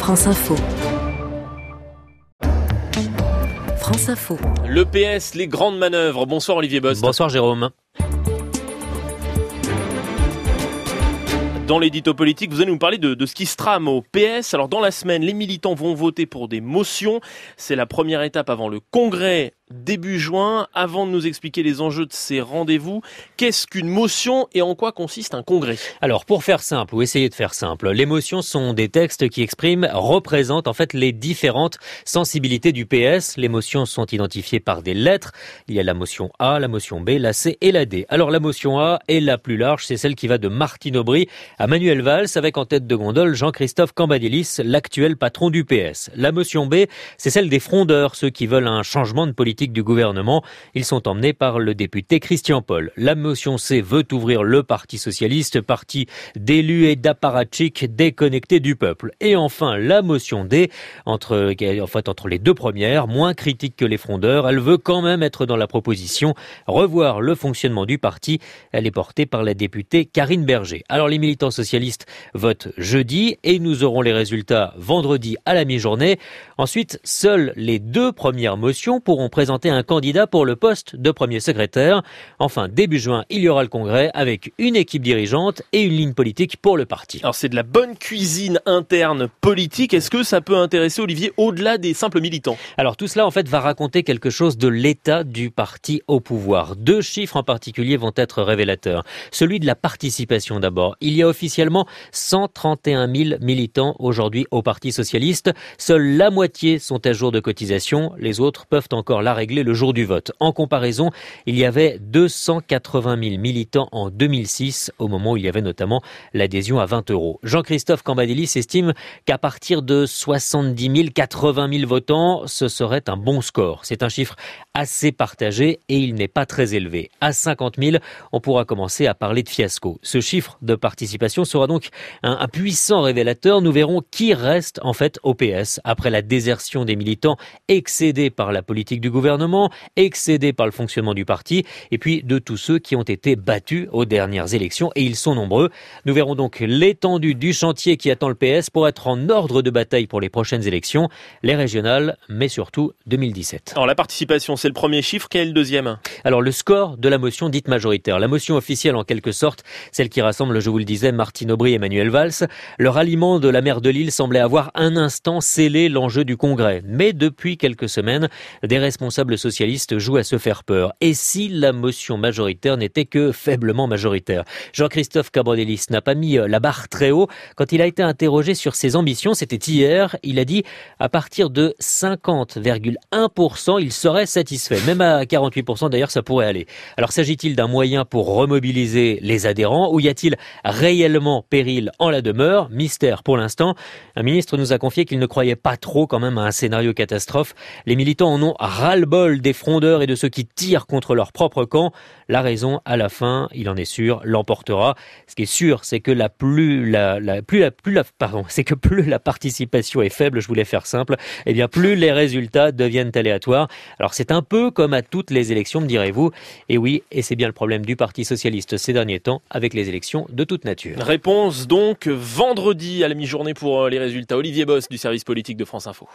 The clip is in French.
France Info. France Info. Le PS, les grandes manœuvres. Bonsoir Olivier Bost. Bonsoir Jérôme. Dans l'édito politique, vous allez nous parler de ce qui se trame au PS. Alors dans la semaine, les militants vont voter pour des motions. C'est la première étape avant le congrès début juin. Avant de nous expliquer les enjeux de ces rendez-vous, qu'est-ce qu'une motion et en quoi consiste un congrès ? Alors pour faire simple, ou essayer de faire simple, les motions sont des textes qui représentent en fait les différentes sensibilités du PS. Les motions sont identifiées par des lettres. Il y a la motion A, la motion B, la C et la D. Alors la motion A est la plus large, c'est celle qui va de Martine Aubry à Manuel Valls, avec en tête de gondole Jean-Christophe Cambadélis, l'actuel patron du PS. La motion B, c'est celle des frondeurs, ceux qui veulent un changement de politique du gouvernement. Ils sont emmenés par le député Christian Paul. La motion C veut ouvrir le Parti socialiste, parti d'élus et d'apparatchiks déconnectés du peuple. Et enfin, la motion D, entre les deux premières, moins critique que les frondeurs, elle veut quand même être dans la proposition, revoir le fonctionnement du parti. Elle est portée par la députée Karine Berger. Alors les militants socialistes votent jeudi et nous aurons les résultats vendredi à la mi-journée. Ensuite, seules les deux premières motions pourront présenter un candidat pour le poste de premier secrétaire. Enfin, début juin, il y aura le congrès avec une équipe dirigeante et une ligne politique pour le parti. Alors c'est de la bonne cuisine interne politique. Est-ce que ça peut intéresser Olivier au-delà des simples militants ? Alors tout cela en fait va raconter quelque chose de l'état du parti au pouvoir. Deux chiffres en particulier vont être révélateurs. Celui de la participation d'abord. Il y a officiellement 131 000 militants aujourd'hui au Parti socialiste. Seule la moitié sont à jour de cotisation. Les autres peuvent encore la régler le jour du vote. En comparaison, il y avait 280 000 militants en 2006, au moment où il y avait notamment l'adhésion à 20 €. Jean-Christophe Cambadélis estime qu'à partir de 70 000, 80 000 votants, ce serait un bon score. C'est un chiffre assez partagé et il n'est pas très élevé. À 50 000, on pourra commencer à parler de fiasco. Ce chiffre de participation sera donc un puissant révélateur. Nous verrons qui reste en fait au PS après la désertion des militants excédés par la politique du gouvernement, excédés par le fonctionnement du parti, et puis de tous ceux qui ont été battus aux dernières élections, et ils sont nombreux. Nous verrons donc l'étendue du chantier qui attend le PS pour être en ordre de bataille pour les prochaines élections, les régionales, mais surtout 2017. Alors la participation, c'est le premier chiffre, quel est le deuxième ? Alors le score de la motion dite majoritaire, la motion officielle en quelque sorte, celle qui rassemble, je vous le disais, Martine Aubry et Manuel Valls. Le ralliement de la maire de Lille semblait avoir un instant scellé l'enjeu du congrès, mais depuis quelques semaines, des responsables socialistes jouent à se faire peur. Et si la motion majoritaire n'était que faiblement majoritaire ? Jean-Christophe Cambadélis n'a pas mis la barre très haut. Quand il a été interrogé sur ses ambitions, c'était hier, il a dit à partir de 50,1%, il serait satisfait. Même à 48% d'ailleurs, ça pourrait aller. Alors s'agit-il d'un moyen pour remobiliser les adhérents ou y a-t-il réellement péril en la demeure ? Mystère pour l'instant. Un ministre nous a confié qu'il ne croyait pas trop quand même à un scénario catastrophe. Les militants en ont ras-le-bol des frondeurs et de ceux qui tirent contre leur propre camp. La raison, à la fin, il en est sûr, l'emportera. Ce qui est sûr, c'est que plus la participation est faible, je voulais faire simple, eh bien plus les résultats deviennent aléatoires. Alors c'est un peu comme à toutes les élections, me direz-vous. Et oui, et c'est bien le problème du Parti socialiste ces derniers temps avec les élections de toute nature. Réponse donc vendredi à la mi-journée pour les résultats. Olivier Bost du service politique de France Info.